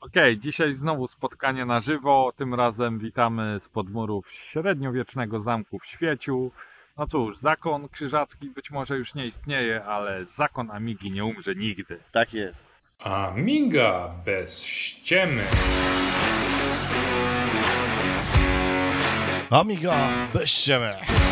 Okej, dzisiaj znowu spotkanie na żywo. Tym razem witamy z podmurów średniowiecznego zamku w Świeciu. No cóż, zakon krzyżacki być może już nie istnieje, ale zakon Amigi nie umrze nigdy. Tak jest. Amiga bez ściemy. Amiga bez ściemy.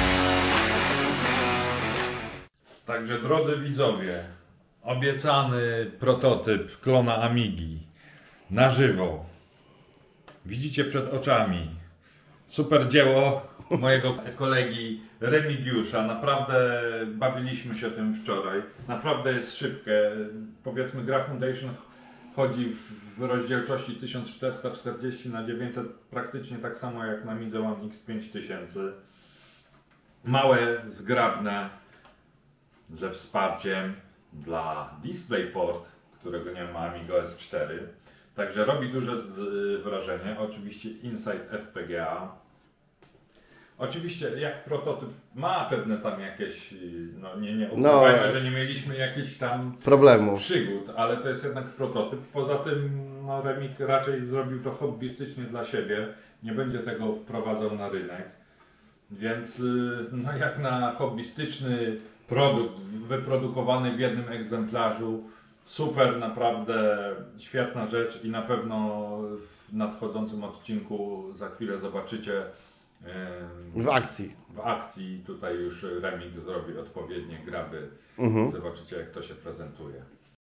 Także drodzy widzowie, obiecany prototyp klona Amigi na żywo. Widzicie przed oczami. Super dzieło mojego kolegi Remigiusza. Naprawdę bawiliśmy się tym wczoraj. Naprawdę jest szybkie. Powiedzmy, gra Foundation chodzi w rozdzielczości 1440 na 900 praktycznie tak samo jak na Midze One X5000. Małe, zgrabne, ze wsparciem dla DisplayPort, którego nie ma Amiga S4. Także robi duże wrażenie. Oczywiście Inside FPGA. Oczywiście jak prototyp ma pewne tam jakieś, no nie ukrywajmy, że nie mieliśmy jakichś tam Problemów. przygód, ale to jest jednak prototyp. Poza tym no, Remik raczej zrobił to hobbystycznie dla siebie, nie będzie tego wprowadzał na rynek. Więc no, jak na hobbystyczny produkt wyprodukowany w jednym egzemplarzu, super, naprawdę świetna rzecz i na pewno w nadchodzącym odcinku za chwilę zobaczycie w akcji tutaj już Remik zrobi odpowiednie graby. Zobaczycie jak to się prezentuje.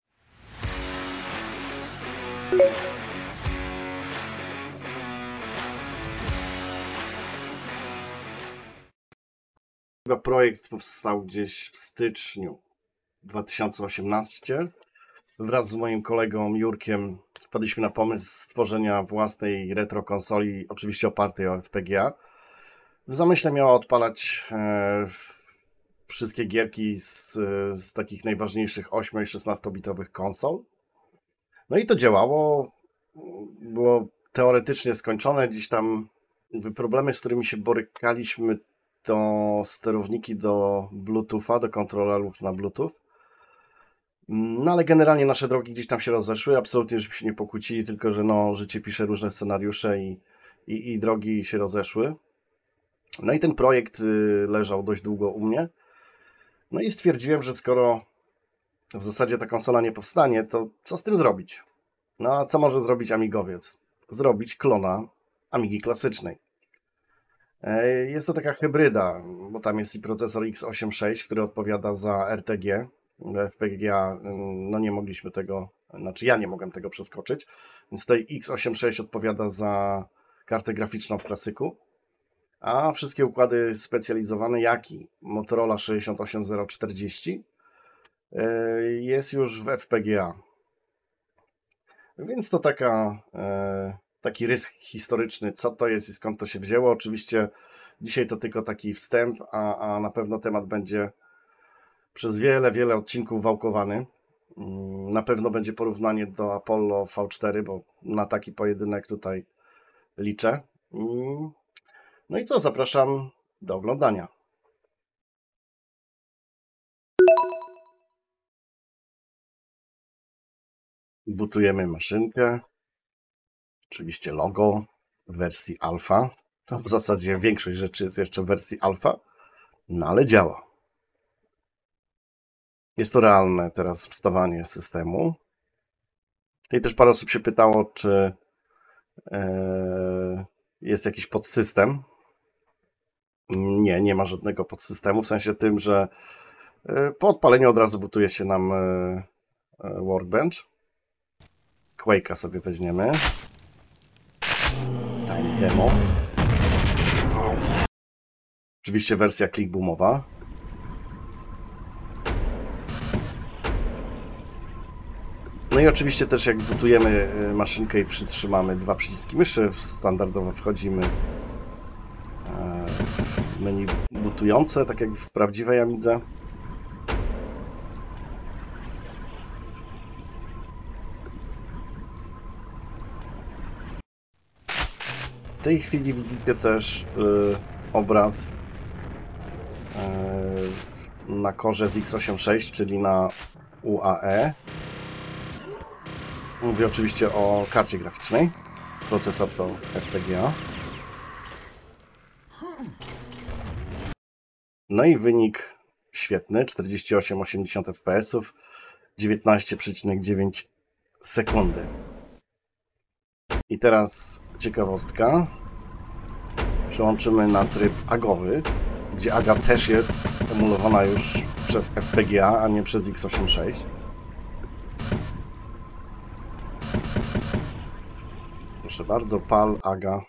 Projekt powstał gdzieś w styczniu 2018. Wraz z moim kolegą Jurkiem wpadliśmy na pomysł stworzenia własnej retro konsoli, oczywiście opartej o FPGA. W zamyśle miała odpalać wszystkie gierki z takich najważniejszych 8 i 16-bitowych konsol. No i to działało. Było teoretycznie skończone. Gdzieś tam problemy, z którymi się borykaliśmy, to sterowniki do Bluetootha, do kontrolerów na Bluetooth. No ale generalnie nasze drogi gdzieś tam się rozeszły, absolutnie żeśmy się nie pokłócili, tylko że no, życie pisze różne scenariusze i drogi się rozeszły. No i ten projekt leżał dość długo u mnie. No i stwierdziłem, że skoro w zasadzie ta konsola nie powstanie, to co z tym zrobić? No a co może zrobić amigowiec? Zrobić klona Amigi klasycznej. Jest to taka hybryda, bo tam jest i procesor x86, który odpowiada za RTG. FPGA, no nie mogliśmy tego, znaczy ja nie mogłem tego przeskoczyć, więc tutaj x86 odpowiada za kartę graficzną w klasyku, a wszystkie układy specjalizowane, jak i Motorola 68040 jest już w FPGA. Więc to taki rys historyczny, co to jest i skąd to się wzięło. Oczywiście dzisiaj to tylko taki wstęp, a na pewno temat będzie przez wiele odcinków wałkowany. Na pewno będzie porównanie do Apollo V4, bo na taki pojedynek tutaj liczę. No i co, zapraszam do oglądania. Butujemy maszynkę. Oczywiście logo w wersji alfa. To w zasadzie większość rzeczy jest jeszcze w wersji alfa, no ale działa. Jest to realne teraz wstawanie systemu. I też parę osób się pytało, czy jest jakiś podsystem. Nie ma żadnego podsystemu, w sensie tym, że po odpaleniu od razu butuje się nam Workbench. Quake'a sobie weźmiemy. Tiny demo. Oczywiście wersja clickboomowa. No i oczywiście też jak butujemy maszynkę i przytrzymamy dwa przyciski myszy, standardowo wchodzimy w menu butujące, tak jak w prawdziwej Amidze. W tej chwili widzicie też obraz na korze z x86, czyli na UAE. Mówię oczywiście o karcie graficznej. Procesor to FPGA. No i wynik świetny, 48,80 fps, 19,9 sekundy. I teraz ciekawostka. Przełączymy na tryb agowy, gdzie AGA też jest emulowana już przez FPGA, a nie przez x86. Proszę bardzo, PAL, AGA.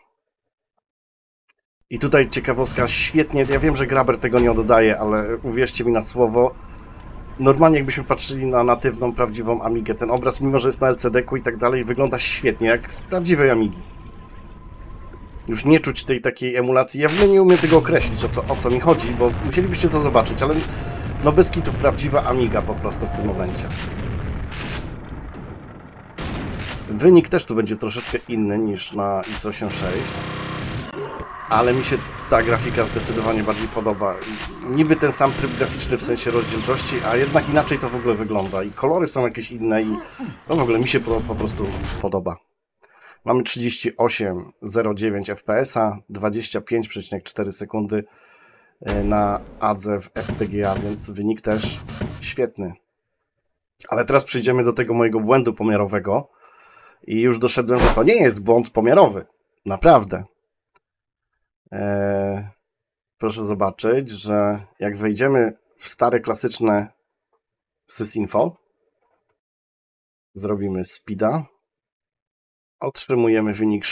I tutaj ciekawostka, świetnie, ja wiem, że Grabber tego nie oddaje, ale uwierzcie mi na słowo, normalnie jakbyśmy patrzyli na natywną, prawdziwą Amigę, ten obraz, mimo że jest na LCD-ku i tak dalej, wygląda świetnie, jak z prawdziwej Amigi. Już nie czuć tej takiej emulacji. Ja w ogóle nie umiem tego określić, o co mi chodzi, bo musielibyście to zobaczyć, ale no bez kitu prawdziwa Amiga po prostu w tym momencie. Wynik też tu będzie troszeczkę inny niż na x86, ale mi się ta grafika zdecydowanie bardziej podoba. Niby ten sam tryb graficzny w sensie rozdzielczości, a jednak inaczej to w ogóle wygląda. I kolory są jakieś inne i no w ogóle mi się po prostu podoba. Mamy 38,09 fps, 25,4 sekundy na Adze w FPGA, więc wynik też świetny. Ale teraz przejdziemy do tego mojego błędu pomiarowego i już doszedłem, że to nie jest błąd pomiarowy. Naprawdę. Proszę zobaczyć, że jak wejdziemy w stare klasyczne sysinfo, zrobimy speeda, otrzymujemy wynik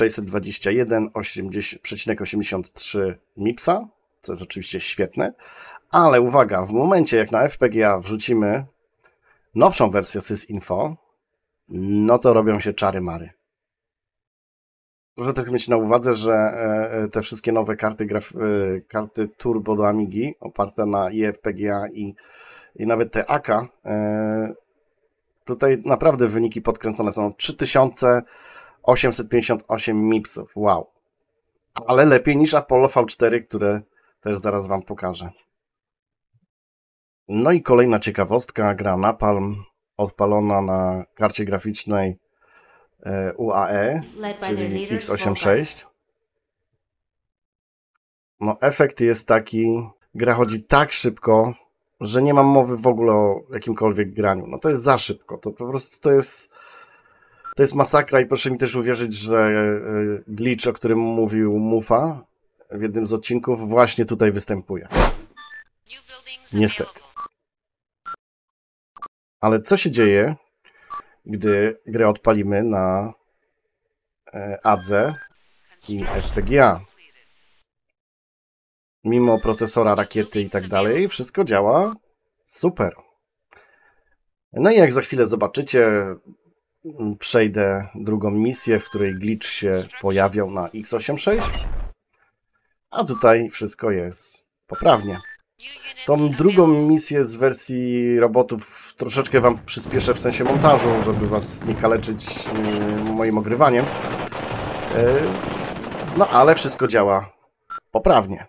621,83 MIPSa, co jest oczywiście świetne, ale uwaga, w momencie jak na FPGA wrzucimy nowszą wersję sysinfo, no to robią się czary-mary. Proszę też mieć na uwadze, że te wszystkie nowe karty turbo do Amigi, oparte na eFPGA i nawet te AK, tutaj naprawdę wyniki podkręcone są. 3858 MIPSów, wow. Ale lepiej niż Apollo V4, które też zaraz Wam pokażę. No i kolejna ciekawostka, gra Napalm, odpalona na karcie graficznej UAE, czyli x86. No efekt jest taki, gra chodzi tak szybko, że nie mam mowy w ogóle o jakimkolwiek graniu. No to jest za szybko, to po prostu to jest masakra i proszę mi też uwierzyć, że glitch, o którym mówił Mufa w jednym z odcinków, właśnie tutaj występuje. Niestety. Ale co się dzieje, gdy grę odpalimy na Adze i FPGA? Mimo procesora, rakiety i tak dalej, wszystko działa super. No i jak za chwilę zobaczycie, przejdę drugą misję, w której glitch się pojawiał na x86, a tutaj wszystko jest poprawnie. Tą drugą misję z wersji robotów troszeczkę Wam przyspieszę w sensie montażu, żeby Was nie kaleczyć moim ogrywaniem. No ale wszystko działa poprawnie.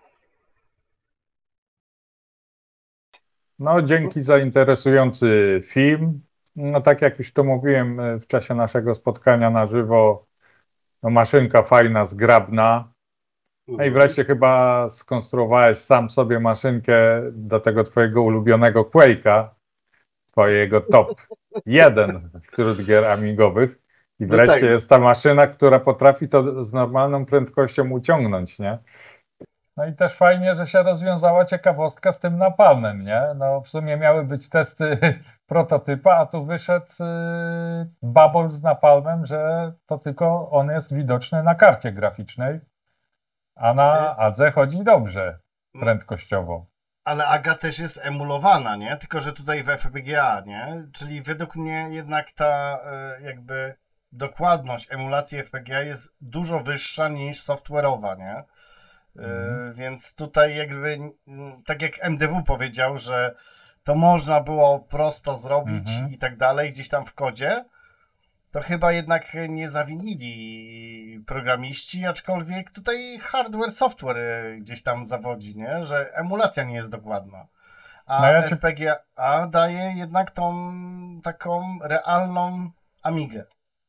No, dzięki za interesujący film. No, tak jak już to mówiłem w czasie naszego spotkania na żywo, no, maszynka fajna, zgrabna. No i wreszcie chyba skonstruowałeś sam sobie maszynkę do tego twojego ulubionego Quake'a, twojego top 1 wśród gier amigowych. I No tak. wreszcie jest ta maszyna, która potrafi to z normalną prędkością uciągnąć, nie? No i też fajnie, że się rozwiązała ciekawostka z tym napalmem, nie? No w sumie miały być testy prototypa, a tu wyszedł babol z napalmem, że to tylko on jest widoczny na karcie graficznej, a na Adze chodzi dobrze prędkościowo. Ale AGA też jest emulowana, nie? Tylko że tutaj w FPGA, nie? Czyli według mnie jednak ta jakby dokładność emulacji FPGA jest dużo wyższa niż software'owa, nie? Więc tutaj jakby, tak jak MDW powiedział, że to można było prosto zrobić i tak dalej, gdzieś tam w kodzie, to chyba jednak nie zawinili programiści, aczkolwiek tutaj hardware, software gdzieś tam zawodzi, nie? Że emulacja nie jest dokładna. A No ja FPGA daje jednak tą taką realną Amigę.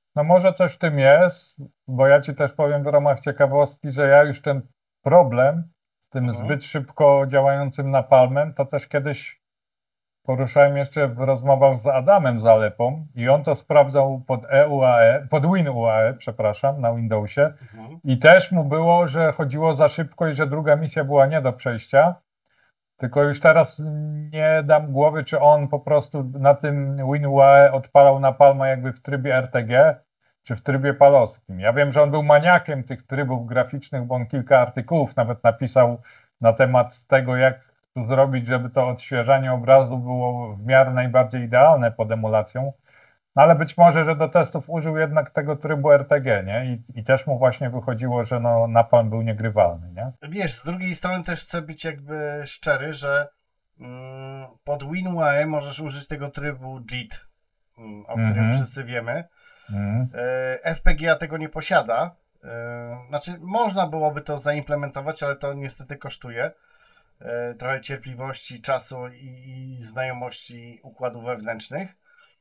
No może coś w tym jest, bo ja ci też powiem w ramach ciekawostki, że ja już ten problem z tym Mhm. zbyt szybko działającym napalmem, to też kiedyś poruszałem jeszcze w rozmowach z Adamem Zalepą i on to sprawdzał pod EUAE, pod WinUAE, przepraszam, na Windowsie Mhm. i też mu było, że chodziło za szybko i że druga misja była nie do przejścia. Tylko już teraz nie dam głowy, czy on po prostu na tym WinUAE odpalał napalma jakby w trybie RTG, czy w trybie palowskim. Ja wiem, że on był maniakiem tych trybów graficznych, bo on kilka artykułów nawet napisał na temat tego, jak tu zrobić, żeby to odświeżanie obrazu było w miarę najbardziej idealne pod emulacją. No ale być może, że do testów użył jednak tego trybu RTG, nie? I też mu właśnie wychodziło, że no, napalm był niegrywalny, nie? Wiesz, z drugiej strony też chcę być jakby szczery, że pod WinUAE możesz użyć tego trybu JIT, o którym Mhm. wszyscy wiemy. Mhm. FPGA tego nie posiada. Znaczy, można byłoby to zaimplementować, ale to niestety kosztuje trochę cierpliwości, czasu i znajomości układów wewnętrznych.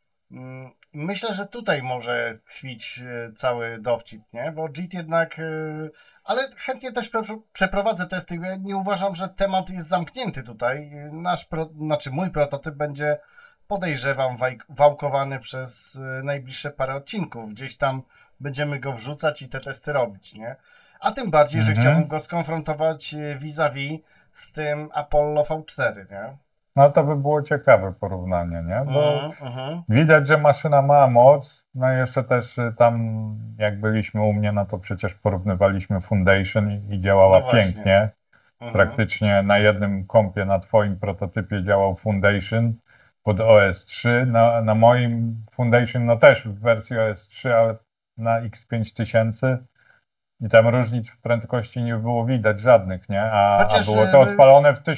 Myślę, że tutaj może tkwić cały dowcip, nie? Bo JIT jednak, ale chętnie też przeprowadzę testy. Ja nie uważam, że temat jest zamknięty tutaj. Znaczy mój prototyp będzie, podejrzewam, wałkowany przez najbliższe parę odcinków. Gdzieś tam będziemy go wrzucać i te testy robić, nie? A tym bardziej, że chciałbym Mhm. go skonfrontować vis-a-vis z tym Apollo V4, nie? No to by było ciekawe porównanie, nie? Bo Mhm, mhm. widać, że maszyna ma moc. No i jeszcze też tam, jak byliśmy u mnie, no to przecież porównywaliśmy Foundation i działała No właśnie. pięknie. Mhm. Praktycznie na jednym kompie, na twoim prototypie działał Foundation pod OS 3. Na moim Foundation, no też w wersji OS 3, ale na X5000. I tam różnic w prędkości nie było widać żadnych, nie? A Chociaż było to odpalone w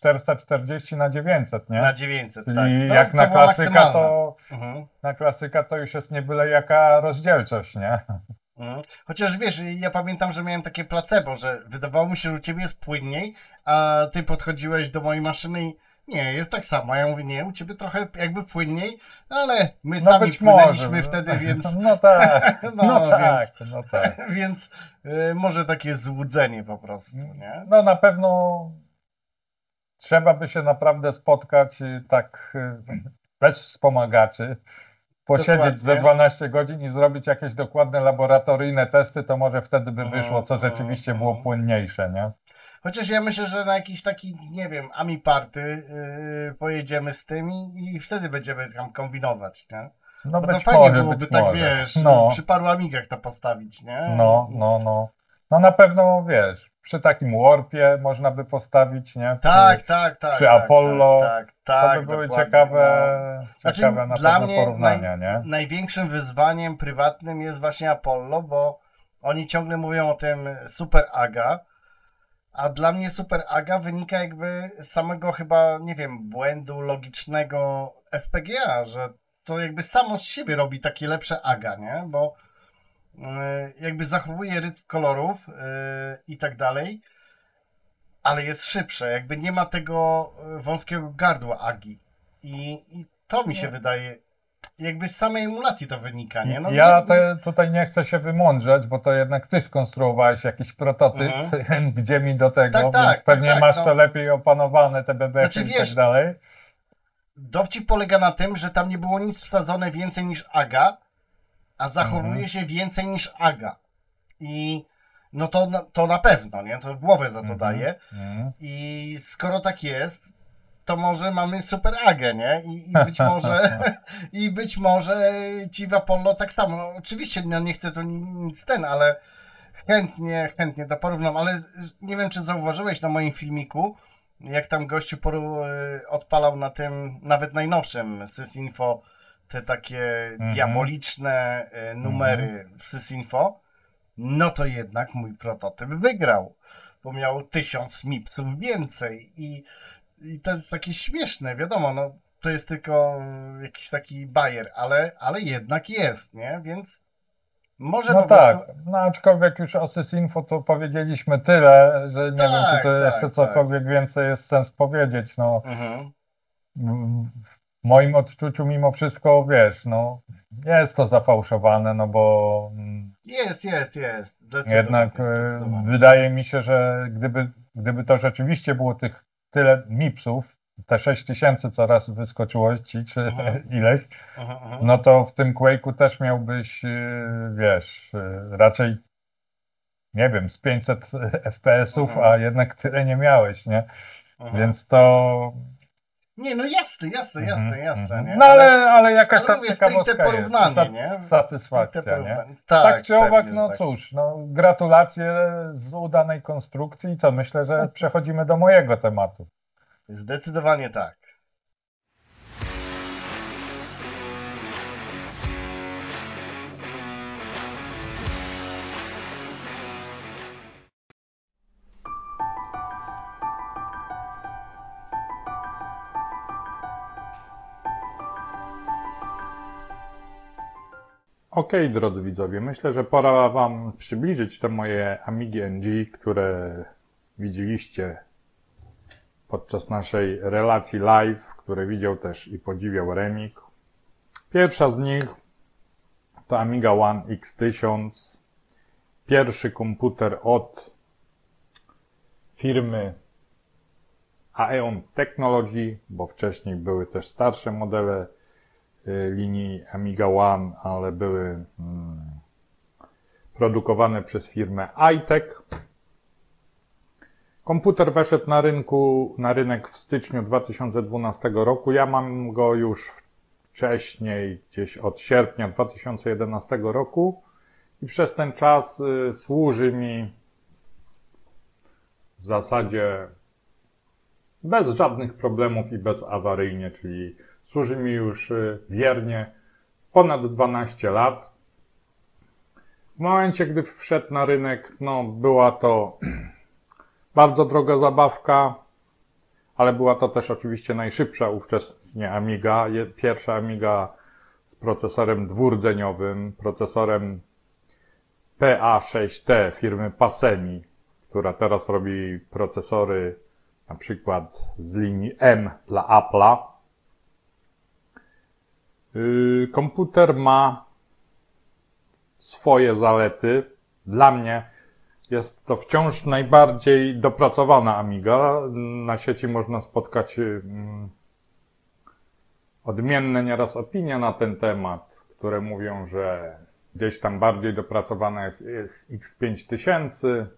1440 na 900, na nie? 900, tak. Czyli No, jak to była maksymalna. Mhm, na klasyka to już jest nie byle jaka rozdzielczość, nie? mhm. Chociaż wiesz, ja pamiętam, że miałem takie placebo, że wydawało mi się, że u ciebie jest płynniej, a ty podchodziłeś do mojej maszyny i nie, jest tak samo. A ja mówię, nie, u ciebie trochę jakby płynniej, ale my No sami być może. płynęliśmy wtedy, więc No tak, no no, tak, no tak. więc może takie złudzenie po prostu, nie? No na pewno trzeba by się naprawdę spotkać tak bez wspomagaczy, posiedzieć ze Dokładnie. 12 godzin i zrobić jakieś dokładne laboratoryjne testy, to może wtedy by wyszło, Mhm, co mhm, rzeczywiście było mhm. płynniejsze, nie? Chociaż ja myślę, że na jakiś taki, nie wiem, Ami Party pojedziemy z tym i wtedy będziemy tam kombinować, nie? No Bo to fajnie byłoby być tak, może. wiesz, przy No, paru Amigach to postawić, nie? no. No na pewno, wiesz, przy takim Warpie można by postawić, nie? Tak, tak, tak, Przy tak, tak, Apollo, tak, to by tak, były dokładnie, no. Znaczy, ciekawe na dla pewno mnie porównania, nie? największym wyzwaniem prywatnym jest właśnie Apollo, bo oni ciągle mówią o tym Super AGA, a dla mnie Super AGA wynika jakby z samego chyba, nie wiem, błędu logicznego FPGA, że to jakby samo z siebie robi takie lepsze AGA, nie? Bo jakby zachowuje rytm kolorów i tak dalej, ale jest szybsze, jakby nie ma tego wąskiego gardła AGI. I to mi się No, wydaje, jakby z samej emulacji to wynika, nie? No nie, ja nie. tutaj nie chcę się wymądrzeć, bo to jednak ty skonstruowałeś jakiś prototyp, Mhm. gdzie mi do Tak, tego, więc tak, tak, pewnie tak, masz to no. lepiej opanowane, te Znaczy bebechy i tak wiesz, dalej. dowcip polega na tym, że tam nie było nic wsadzone więcej niż AGA, a Mhm, zachowuje się więcej niż AGA. I no to na pewno, nie? To głowę za to mhm, daje. mhm. I skoro tak jest, to może mamy super AGę, nie? I być może i być może ci w Apollo tak samo. No, oczywiście no, nie chcę tu nic ale chętnie to porównam, ale nie wiem, czy zauważyłeś na moim filmiku, jak tam gościu odpalał na tym, nawet najnowszym Sysinfo, te takie Mhm, diaboliczne mhm. numery w Sysinfo, no to jednak mój prototyp wygrał, bo miał 1000 mipsów więcej i to jest takie śmieszne, wiadomo, no to jest tylko jakiś taki bajer, ale jednak jest, nie? Więc może No po prostu tak, no aczkolwiek już o Sysinfo to powiedzieliśmy tyle, że nie wiem, czy to tak, jeszcze tak, tak. cokolwiek więcej jest sens powiedzieć. No, Mhm. m- moim odczuciu mimo wszystko, wiesz, no jest to zafałszowane, no bo Jest. jednak Zdecydowanie. wydaje mi się, że gdyby to rzeczywiście było tych tyle MIPS-ów, te 6000 co raz wyskoczyło ci, czy ileś, no to w tym Quake'u też miałbyś, wiesz, raczej, nie wiem, z 500 FPS-ów, a jednak tyle nie miałeś, nie? Więc to... Nie, no jasne, nie? No ale jakaś tam mówię, stricte ciekawostka porównanie, jest, nie? satysfakcja, Stricte nie? porównanie. Tak czy owak, pewnie, no tak. cóż, no gratulacje z udanej konstrukcji i co, myślę, że przechodzimy do mojego tematu. Zdecydowanie tak. Okej, drodzy widzowie, myślę, że pora Wam przybliżyć te moje Amigi NG, które widzieliście podczas naszej relacji live, które widział też i podziwiał Remik. Pierwsza z nich to Amiga One X1000, pierwszy komputer od firmy Aeon Technology, bo wcześniej były też starsze modele linii Amiga One, ale były produkowane przez firmę iTech. Komputer weszedł na rynek w styczniu 2012 roku. Ja mam go już wcześniej, gdzieś od sierpnia 2011 roku i przez ten czas służy mi w zasadzie bez żadnych problemów i bezawaryjnie, czyli służy mi już wiernie ponad 12 lat. W momencie, gdy wszedł na rynek, no była to bardzo droga zabawka, ale była to też oczywiście najszybsza ówczesnie Amiga. Pierwsza Amiga z procesorem dwurdzeniowym, procesorem PA6T firmy Passemi, która teraz robi procesory na przykład z linii M dla Apple'a. Komputer ma swoje zalety. Dla mnie jest to wciąż najbardziej dopracowana Amiga. Na sieci można spotkać odmienne nieraz opinie na ten temat, które mówią, że gdzieś tam bardziej dopracowana jest X5000,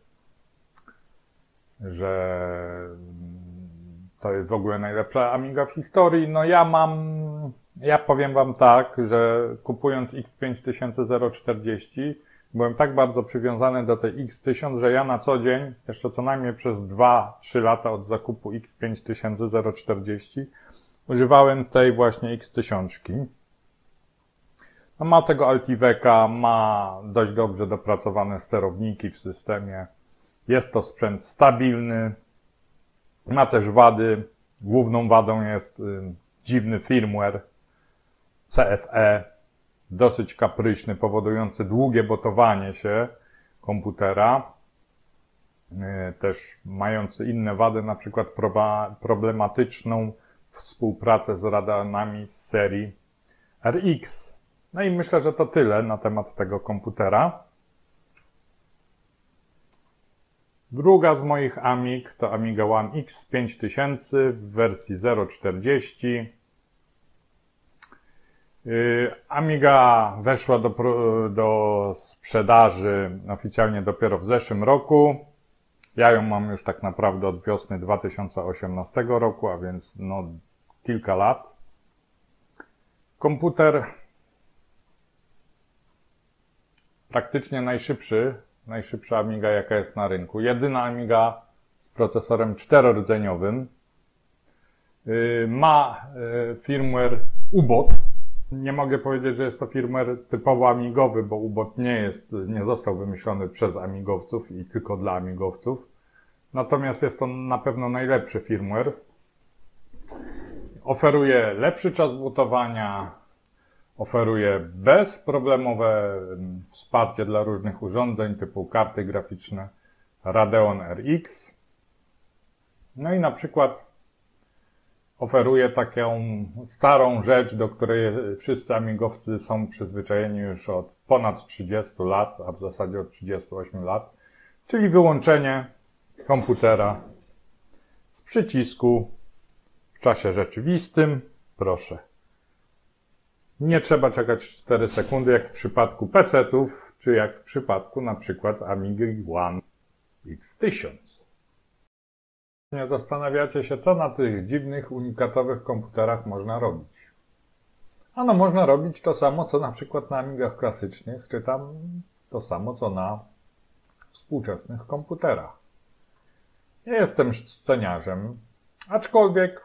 że to jest w ogóle najlepsza Amiga w historii. No ja powiem Wam tak, że kupując X5040 byłem tak bardzo przywiązany do tej X1000, że ja na co dzień, jeszcze co najmniej przez 2-3 lata od zakupu X5040, używałem tej właśnie X1000. No ma tego Altiveka, ma dość dobrze dopracowane sterowniki w systemie. Jest to sprzęt stabilny, ma też wady. Główną wadą jest dziwny firmware CFE, dosyć kapryśny, powodujący długie botowanie się komputera. Też mający inne wady, na przykład problematyczną współpracę z radarami z serii RX. No i myślę, że to tyle na temat tego komputera. Druga z moich Amig to Amiga One X5000 w wersji 0.40. Amiga weszła do sprzedaży oficjalnie dopiero w zeszłym roku. Ja ją mam już tak naprawdę od wiosny 2018 roku, a więc no kilka lat. Komputer praktycznie najszybsza Amiga jaka jest na rynku. Jedyna Amiga z procesorem czterordzeniowym. Ma firmware UBOT. Nie mogę powiedzieć, że jest to firmware typowo amigowy, bo UBOT nie został wymyślony przez amigowców i tylko dla amigowców. Natomiast jest to na pewno najlepszy firmware. Oferuje lepszy czas bootowania, oferuje bezproblemowe wsparcie dla różnych urządzeń typu karty graficzne Radeon RX. No i na przykład oferuje taką starą rzecz, do której wszyscy amigowcy są przyzwyczajeni już od ponad 30 lat, a w zasadzie od 38 lat, czyli wyłączenie komputera z przycisku w czasie rzeczywistym. Proszę. Nie trzeba czekać 4 sekundy, jak w przypadku PC-ów, czy jak w przypadku na przykład Amigi One X1000. Nie zastanawiacie się, co na tych dziwnych, unikatowych komputerach można robić. Ano, można robić to samo, co na przykład na Amigach klasycznych, czy tam to samo, co na współczesnych komputerach. Nie jestem sceniarzem, aczkolwiek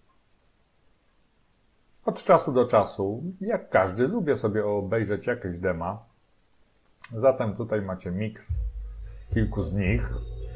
od czasu do czasu, jak każdy, lubię sobie obejrzeć jakieś dema. Zatem tutaj macie miks kilku z nich.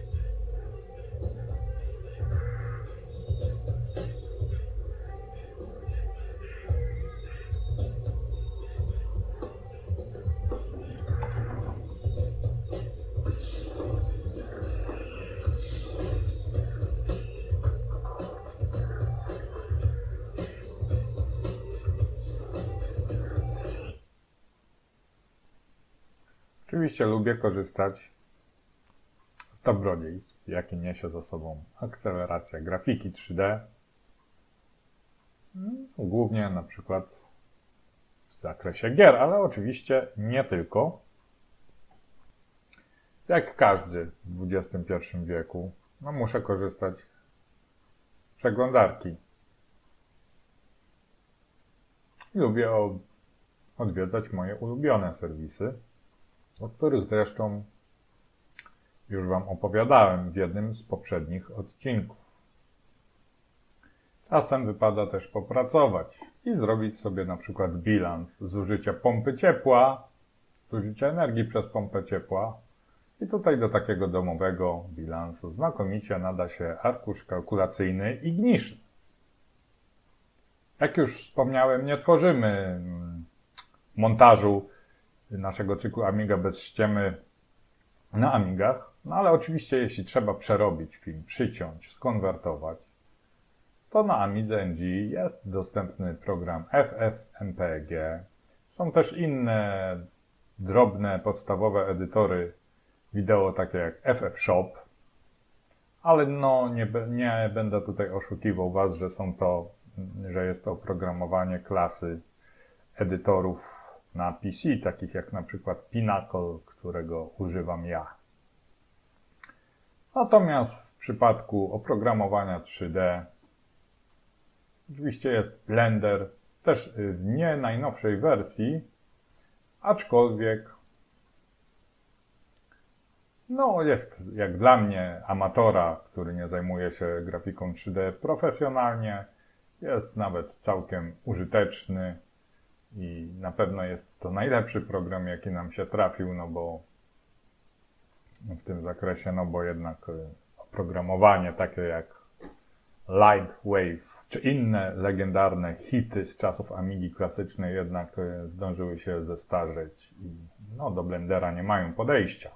Oczywiście lubię korzystać z dobrodziejstw, jakie niesie za sobą akceleracja grafiki 3D. Głównie na przykład w zakresie gier, ale oczywiście nie tylko. Jak każdy w XXI wieku, muszę korzystać z przeglądarki. Lubię odwiedzać moje ulubione serwisy, o których zresztą już Wam opowiadałem w jednym z poprzednich odcinków. Czasem wypada też popracować i zrobić sobie na przykład bilans zużycia pompy ciepła, zużycia energii przez pompę ciepła. I tutaj do takiego domowego bilansu znakomicie nada się arkusz kalkulacyjny ignition. Jak już wspomniałem, nie tworzymy montażu naszego cyklu Amiga bez ściemy na Amigach, ale oczywiście jeśli trzeba przerobić film, przyciąć, skonwertować, to na Amidze NG jest dostępny program FFmpeg. Są też inne drobne, podstawowe edytory wideo, takie jak FFshop, ale nie będę tutaj oszukiwał Was, że jest to oprogramowanie klasy edytorów na PC, takich jak na przykład Pinnacle, którego używam ja. Natomiast w przypadku oprogramowania 3D oczywiście jest Blender, też w nie najnowszej wersji, aczkolwiek jest jak dla mnie, amatora, który nie zajmuje się grafiką 3D profesjonalnie, jest nawet całkiem użyteczny i na pewno jest to najlepszy program, jaki nam się trafił, bo w tym zakresie, bo jednak oprogramowanie takie jak Lightwave czy inne legendarne hity z czasów Amigi klasycznej jednak zdążyły się zestarzeć i do Blendera nie mają podejścia.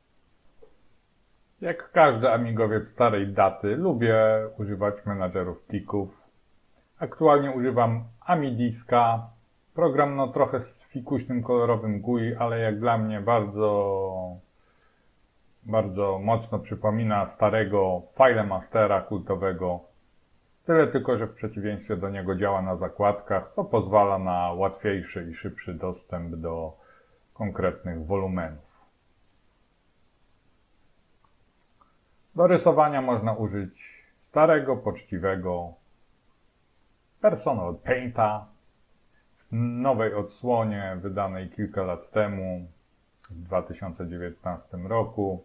Jak każdy amigowiec starej daty, lubię używać menadżerów plików. Aktualnie używam Amidiska, program trochę z fikuśnym kolorowym GUI, ale jak dla mnie bardzo mocno przypomina starego FileMastera kultowego. Tyle tylko, że w przeciwieństwie do niego działa na zakładkach, co pozwala na łatwiejszy i szybszy dostęp do konkretnych wolumenów. Do rysowania można użyć starego, poczciwego Personal Painta w nowej odsłonie wydanej kilka lat temu, w 2019 roku,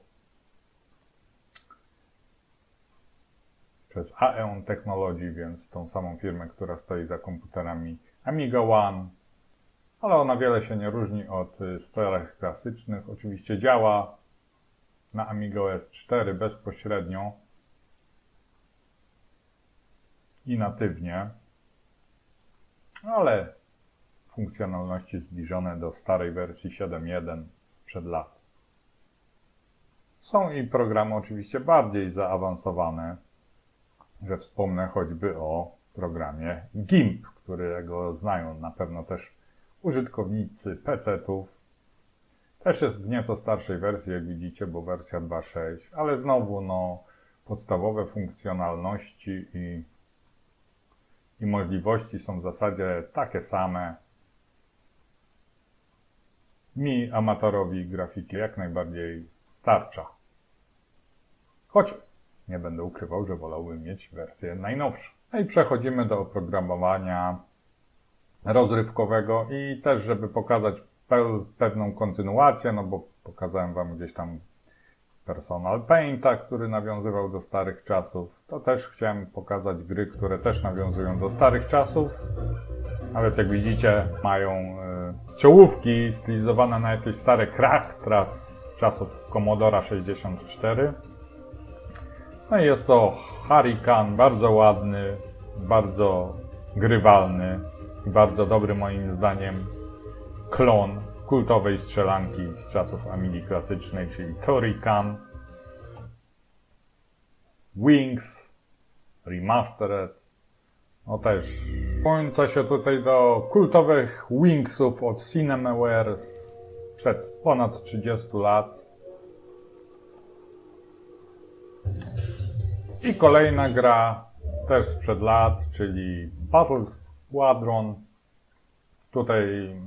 przez Aeon Technology, więc tą samą firmę, która stoi za komputerami Amiga One, ale ona wiele się nie różni od starych klasycznych. Oczywiście działa na Amiga OS 4 bezpośrednio i natywnie, ale funkcjonalności zbliżone do starej wersji 7.1 sprzed lat. Są i programy oczywiście bardziej zaawansowane, że wspomnę choćby o programie GIMP, którego znają na pewno też użytkownicy PC-ów. Też jest w nieco starszej wersji, jak widzicie, bo wersja 2.6, ale znowu podstawowe funkcjonalności i możliwości są w zasadzie takie same. Mi, amatorowi grafiki, jak najbardziej starcza. Choć nie będę ukrywał, że wolałbym mieć wersję najnowszą. No i przechodzimy do oprogramowania rozrywkowego i też, żeby pokazać pewną kontynuację, no bo pokazałem Wam gdzieś tam Personal Painta, który nawiązywał do starych czasów. To też chciałem pokazać gry, które też nawiązują do starych czasów. Nawet jak widzicie, mają czołówki stylizowane na jakieś stare Cractra z czasów Commodora 64. No i jest to Hurricane, bardzo ładny, bardzo grywalny i bardzo dobry moim zdaniem klon kultowej strzelanki z czasów Amigi klasycznej, czyli Turrican. Wings Remastered. No też włącza się tutaj do kultowych Wingsów od Cinemaware sprzed ponad 30 lat. I kolejna gra też sprzed lat, czyli Battle Squadron. Tutaj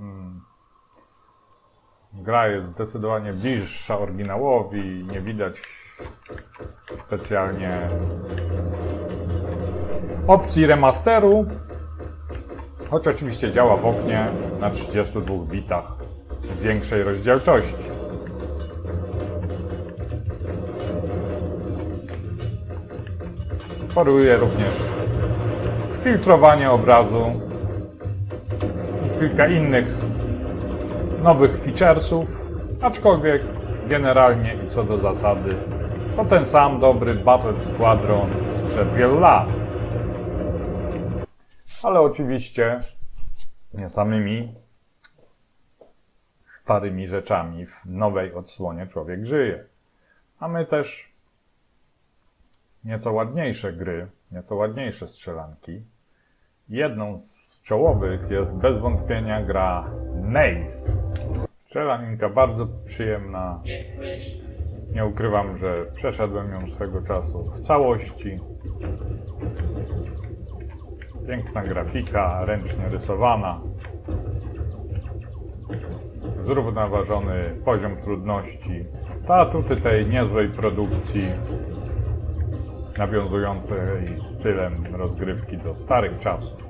gra jest zdecydowanie bliższa oryginałowi, nie widać specjalnie opcji remasteru, choć oczywiście działa w oknie na 32 bitach większej rozdzielczości. Oferuje również filtrowanie obrazu i kilka innych nowych featuresów, aczkolwiek generalnie i co do zasady to ten sam dobry Battle Squadron sprzed wielu lat. Ale oczywiście nie samymi starymi rzeczami w nowej odsłonie człowiek żyje. Mamy też nieco ładniejsze gry, nieco ładniejsze strzelanki. Jedną z czołowych jest bez wątpienia gra Maze. Strzelaninka bardzo przyjemna. Nie ukrywam, że przeszedłem ją swego czasu w całości. Piękna grafika, ręcznie rysowana. Zrównoważony poziom trudności. To atuty tej niezłej produkcji, nawiązującej stylem rozgrywki do starych czasów.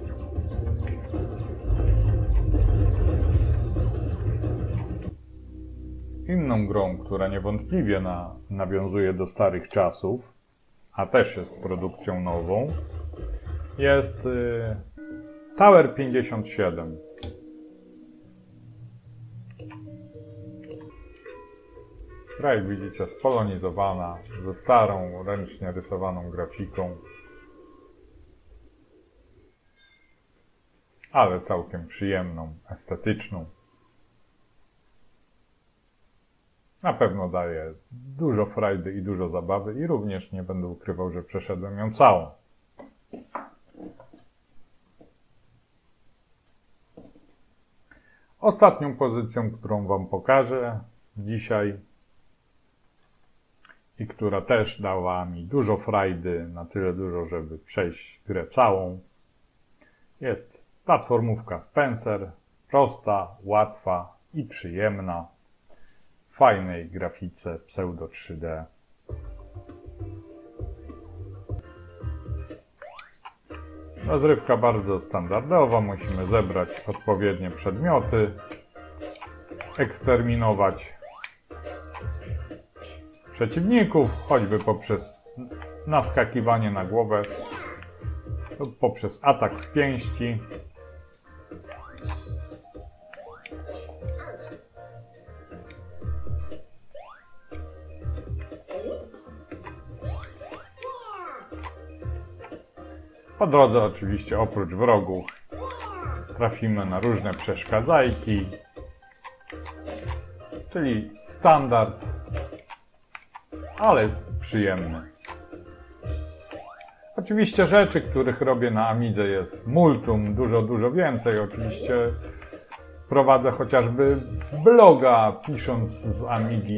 Inną grą, która niewątpliwie nawiązuje do starych czasów, a też jest produkcją nową, jest Tower 57. Gra, jak widzicie, spolonizowana, ze starą, ręcznie rysowaną grafiką, ale całkiem przyjemną, estetyczną. Na pewno daje dużo frajdy i dużo zabawy i również nie będę ukrywał, że przeszedłem ją całą. Ostatnią pozycją, którą Wam pokażę dzisiaj i która też dała mi dużo frajdy, na tyle dużo, żeby przejść grę całą, jest platformówka Spencer, prosta, łatwa i przyjemna, w fajnej grafice pseudo 3D. Rozrywka bardzo standardowa, musimy zebrać odpowiednie przedmioty, eksterminować przeciwników, choćby poprzez naskakiwanie na głowę lub poprzez atak z pięści. Po drodze oczywiście oprócz wrogów trafimy na różne przeszkadzajki, czyli standard, ale przyjemny. Oczywiście rzeczy, których robię na Amidze jest multum, dużo więcej. Oczywiście prowadzę chociażby bloga pisząc z Amigi.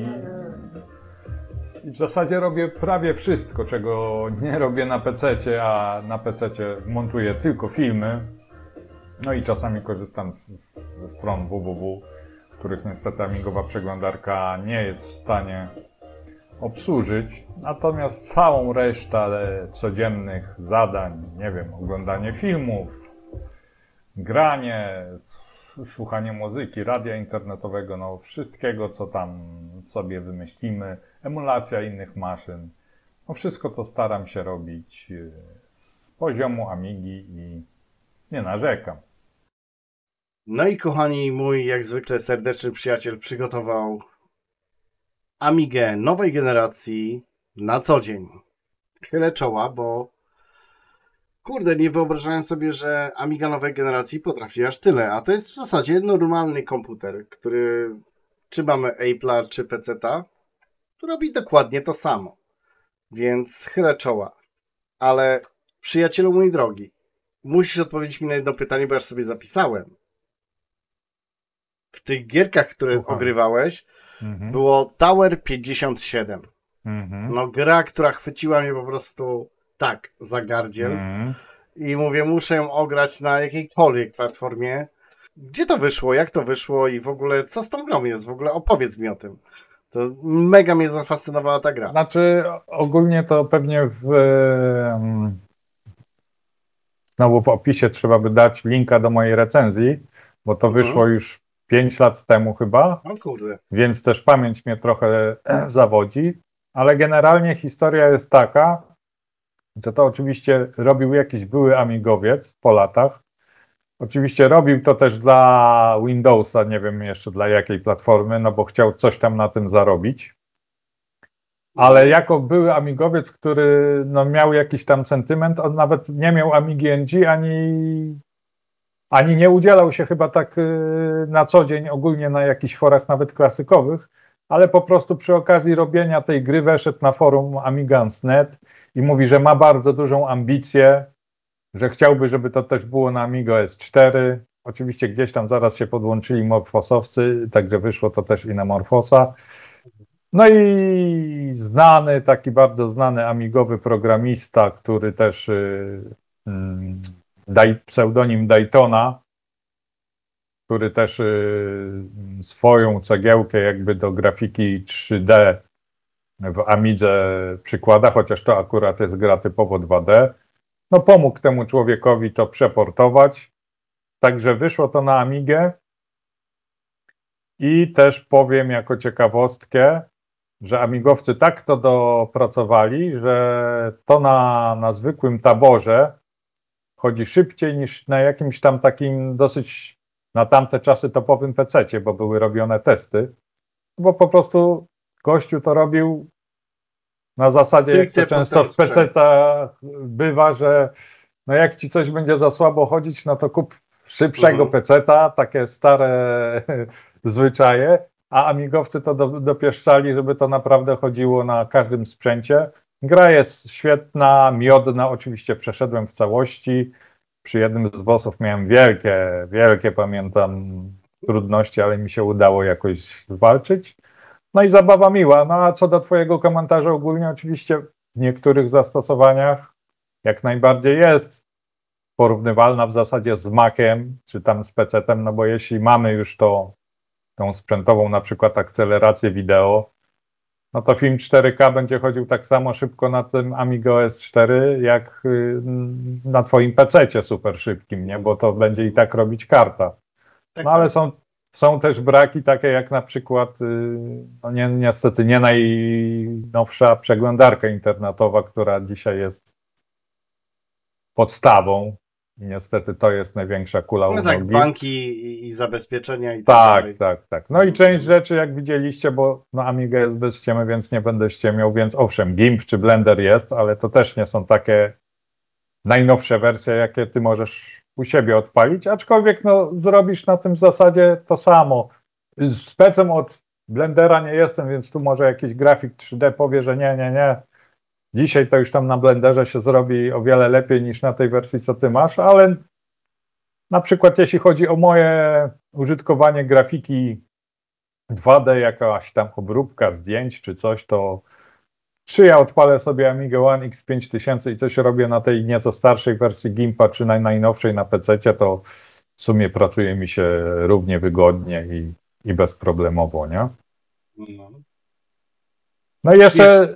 I w zasadzie robię prawie wszystko, czego nie robię na PC-cie, a na PC-cie montuję tylko filmy. No i czasami korzystam ze stron www, których niestety amigowa przeglądarka nie jest w stanie obsłużyć. Natomiast całą resztę codziennych zadań, nie wiem, oglądanie filmów, granie, słuchanie muzyki, radia internetowego, no wszystkiego, co tam sobie wymyślimy, emulacja innych maszyn. No wszystko to staram się robić z poziomu Amigi i nie narzekam. No i kochani, mój jak zwykle serdeczny przyjaciel przygotował Amigę nowej generacji na co dzień. Chylę czoła, bo kurde, nie wyobrażałem sobie, że Amiga nowej generacji potrafi aż tyle, a to jest w zasadzie normalny komputer, który czy mamy Apple'a, czy PC-ta, to robi dokładnie to samo. Więc chylę czoła. Ale przyjacielu mój drogi, musisz odpowiedzieć mi na jedno pytanie, bo ja sobie zapisałem. W tych gierkach, które ogrywałeś, było Tower 57. No gra, która chwyciła mnie po prostu tak za gardziel. I mówię, muszę ją ograć na jakiejkolwiek platformie. Gdzie to wyszło, jak to wyszło i w ogóle co z tą grą jest? W ogóle opowiedz mi o tym. To mega mnie zafascynowała ta gra. Znaczy ogólnie to pewnie znowu w opisie trzeba by dać linka do mojej recenzji, bo to wyszło już 5 lat temu chyba, O kurde. więc też pamięć mnie trochę zawodzi, ale generalnie historia jest taka, że to oczywiście robił jakiś były amigowiec po latach. Oczywiście robił to też dla Windowsa, nie wiem jeszcze dla jakiej platformy, no bo chciał coś tam na tym zarobić. Ale jako były amigowiec, który no, miał jakiś tam sentyment, on nawet nie miał Amigi NG, ani nie udzielał się chyba tak na co dzień ogólnie na jakichś forach nawet klasykowych, ale po prostu przy okazji robienia tej gry weszedł na forum Amigans.net i mówi, że ma bardzo dużą ambicję, że chciałby, żeby to też było na Amiga S4. Oczywiście gdzieś tam zaraz się podłączyli morfosowcy, także wyszło to też i na Morfosa. No i znany, taki bardzo znany amigowy programista, który też pseudonim Daytona, który też swoją cegiełkę jakby do grafiki 3D w Amidze przykłada, chociaż to akurat jest gra typowo 2D. No pomógł temu człowiekowi to przeportować, także wyszło to na Amigę i też powiem jako ciekawostkę, że amigowcy tak to dopracowali, że to na zwykłym taborze chodzi szybciej niż na jakimś tam takim dosyć na tamte czasy topowym PC-cie, bo były robione testy, bo po prostu gościu to robił na zasadzie, jak to często w PC-tach bywa, że no jak ci coś będzie za słabo chodzić, no to kup szybszego PC-ta, takie stare zwyczaje, a amigowcy to dopieszczali, żeby to naprawdę chodziło na każdym sprzęcie. Gra jest świetna, miodna, oczywiście przeszedłem w całości. Przy jednym z bossów miałem wielkie, pamiętam, trudności, ale mi się udało jakoś walczyć. No i zabawa miła. No a co do twojego komentarza ogólnie, oczywiście w niektórych zastosowaniach jak najbardziej jest porównywalna w zasadzie z Maciem, czy tam z PC-tem, no bo jeśli mamy już tą sprzętową na przykład akcelerację wideo, no to film 4K będzie chodził tak samo szybko na tym Amiga OS 4, jak na twoim PC-cie super szybkim, nie? Bo to będzie i tak robić karta. No ale są też braki takie jak na przykład no niestety nie najnowsza przeglądarka internetowa, która dzisiaj jest podstawą. I niestety to jest największa kula u nogi. No tak, banki i zabezpieczenia i tak dalej. Tak. No i część rzeczy, jak widzieliście, bo no Amiga jest bez ściemy, więc nie będę ściemiał, więc owszem, GIMP czy Blender jest, ale to też nie są takie najnowsze wersje, jakie ty możesz u siebie odpalić, aczkolwiek no zrobisz na tym w zasadzie to samo. Specem od Blendera nie jestem, więc tu może jakiś grafik 3D powie, że nie. Dzisiaj to już tam na Blenderze się zrobi o wiele lepiej niż na tej wersji, co ty masz, ale na przykład jeśli chodzi o moje użytkowanie grafiki 2D, jakaś tam obróbka zdjęć czy coś, to czy ja odpalę sobie Amiga One X5000 i coś robię na tej nieco starszej wersji Gimpa, czy na najnowszej na PC-cie, to w sumie pracuje mi się równie wygodnie i bezproblemowo, nie? No i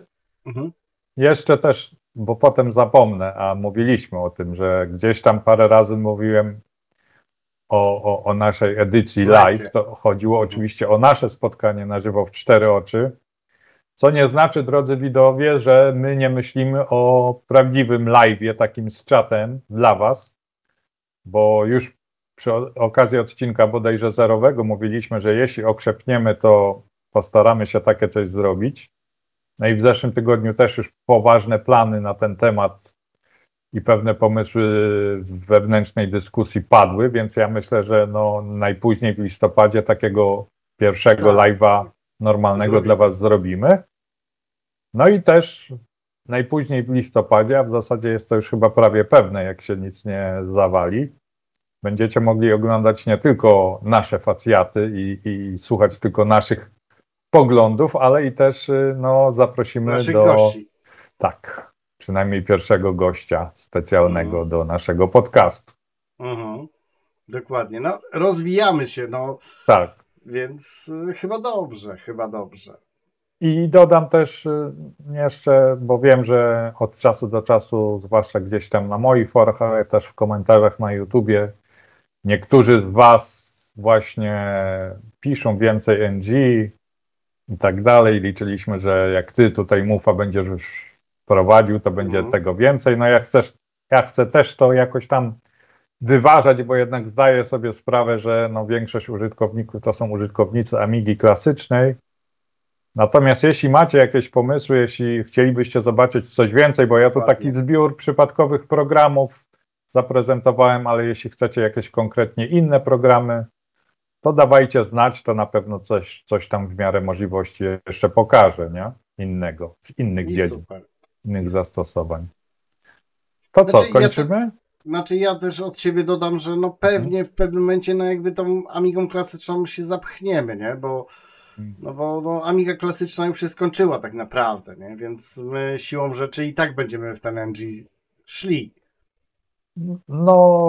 jeszcze też, bo potem zapomnę, a mówiliśmy o tym, że gdzieś tam parę razy mówiłem o naszej edycji live, to chodziło oczywiście o nasze spotkanie na żywo w 4 oczy, co nie znaczy, drodzy widzowie, że my nie myślimy o prawdziwym live'ie, takim z czatem dla was, bo już przy okazji odcinka bodajże zerowego mówiliśmy, że jeśli okrzepniemy, to postaramy się takie coś zrobić. No i w zeszłym tygodniu też już poważne plany na ten temat i pewne pomysły w wewnętrznej dyskusji padły, więc ja myślę, że no najpóźniej w listopadzie takiego pierwszego live'a normalnego dla was zrobimy. No i też najpóźniej w listopadzie, a w zasadzie jest to już chyba prawie pewne, jak się nic nie zawali, będziecie mogli oglądać nie tylko nasze facjaty i słuchać tylko naszych poglądów, ale i też no, zaprosimy naszych do... gości. Tak, przynajmniej pierwszego gościa specjalnego do naszego podcastu. Dokładnie. No, rozwijamy się, no. Tak. Więc chyba dobrze. I dodam też jeszcze, bo wiem, że od czasu do czasu, zwłaszcza gdzieś tam na moich forach, ale też w komentarzach na YouTubie, niektórzy z was właśnie piszą więcej NG i tak dalej. Liczyliśmy, że jak ty tutaj Mufa będziesz już prowadził, to będzie tego więcej. No ja chcę też to jakoś tam wyważać, bo jednak zdaję sobie sprawę, że no większość użytkowników to są użytkownicy Amigi klasycznej. Natomiast jeśli macie jakieś pomysły, jeśli chcielibyście zobaczyć coś więcej, bo ja tu taki zbiór przypadkowych programów zaprezentowałem, ale jeśli chcecie jakieś konkretnie inne programy, to dawajcie znać, to na pewno coś tam w miarę możliwości jeszcze pokażę, nie? Innego, z innych dziedzin, innych zastosowań. To co, kończymy? Ja też od siebie dodam, że no pewnie w pewnym momencie no jakby tą Amigą klasyczną się zapchniemy, nie? Bo Amiga klasyczna już się skończyła tak naprawdę, nie? Więc my siłą rzeczy i tak będziemy w ten NG szli. No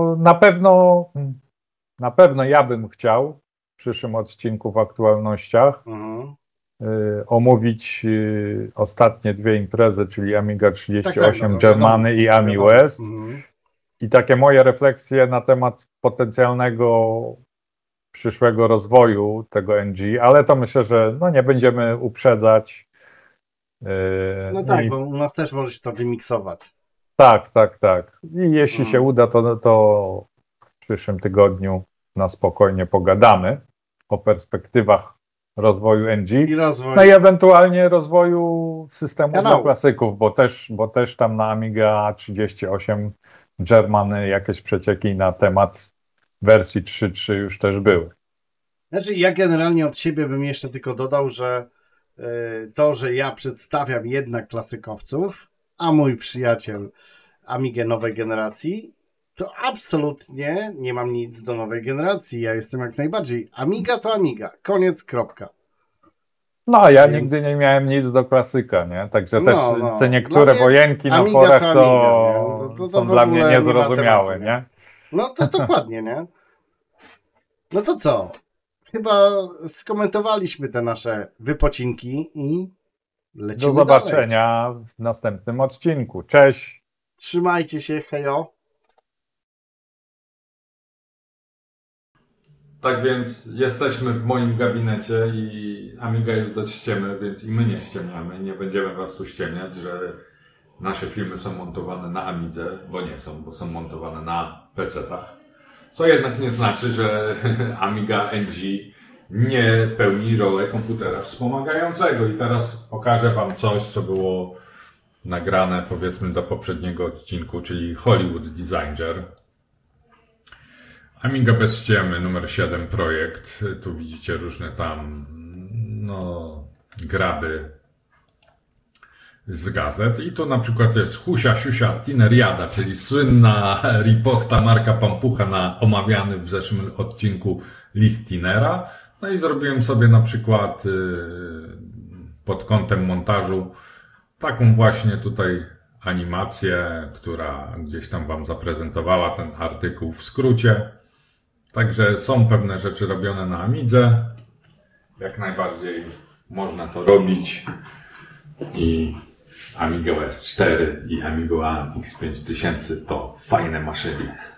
na pewno ja bym chciał w przyszłym odcinku w aktualnościach omówić ostatnie 2 imprezy, czyli Amiga 38 Germany i Ami West. I takie moje refleksje na temat potencjalnego przyszłego rozwoju tego NG, ale to myślę, że no nie będziemy uprzedzać. No tak, bo u nas też może się to wymiksować. Tak. I jeśli się uda, to w przyszłym tygodniu na spokojnie pogadamy o perspektywach rozwoju NG. No i ewentualnie rozwoju systemu dla klasyków, bo też tam na Amiga 38 Germany jakieś przecieki na temat wersji 3.3 już też były. Znaczy ja generalnie od siebie bym jeszcze tylko dodał, że to, że ja przedstawiam jednak klasykowców, a mój przyjaciel Amigę nowej generacji, to absolutnie nie mam nic do nowej generacji. Ja jestem jak najbardziej. Amiga to Amiga. Koniec, kropka. No, a ja nigdy nie miałem nic do klasyka, nie? Także też te niektóre wojenki na forach to są dla mnie niezrozumiałe, nie? No to dokładnie, nie? No to co? Chyba skomentowaliśmy te nasze wypocinki i lecimy do zobaczenia w następnym odcinku. Cześć! Trzymajcie się, hejo! Tak więc jesteśmy w moim gabinecie i Amiga jest bez ściemy, więc i my nie ściemniamy. Nie będziemy was tu ściemniać, że nasze filmy są montowane na Amidze, bo nie są, bo są montowane na PC-tach. Co jednak nie znaczy, że Amiga NG nie pełni rolę komputera wspomagającego. I teraz pokażę wam coś, co było nagrane powiedzmy do poprzedniego odcinku, czyli Hollywood Designer. Amiga bez ściemy, numer 7 projekt. Tu widzicie różne tam graby z gazet i to na przykład jest Husia Siusia Tineriada, czyli słynna riposta Marka Pampucha na omawiany w zeszłym odcinku list Tinera. No i zrobiłem sobie na przykład pod kątem montażu taką właśnie tutaj animację, która gdzieś tam Wam zaprezentowała ten artykuł w skrócie. Także są pewne rzeczy robione na Amidze. Jak najbardziej można to robić. I Amiga OS 4 i Amiga One X5000 to fajne maszyny.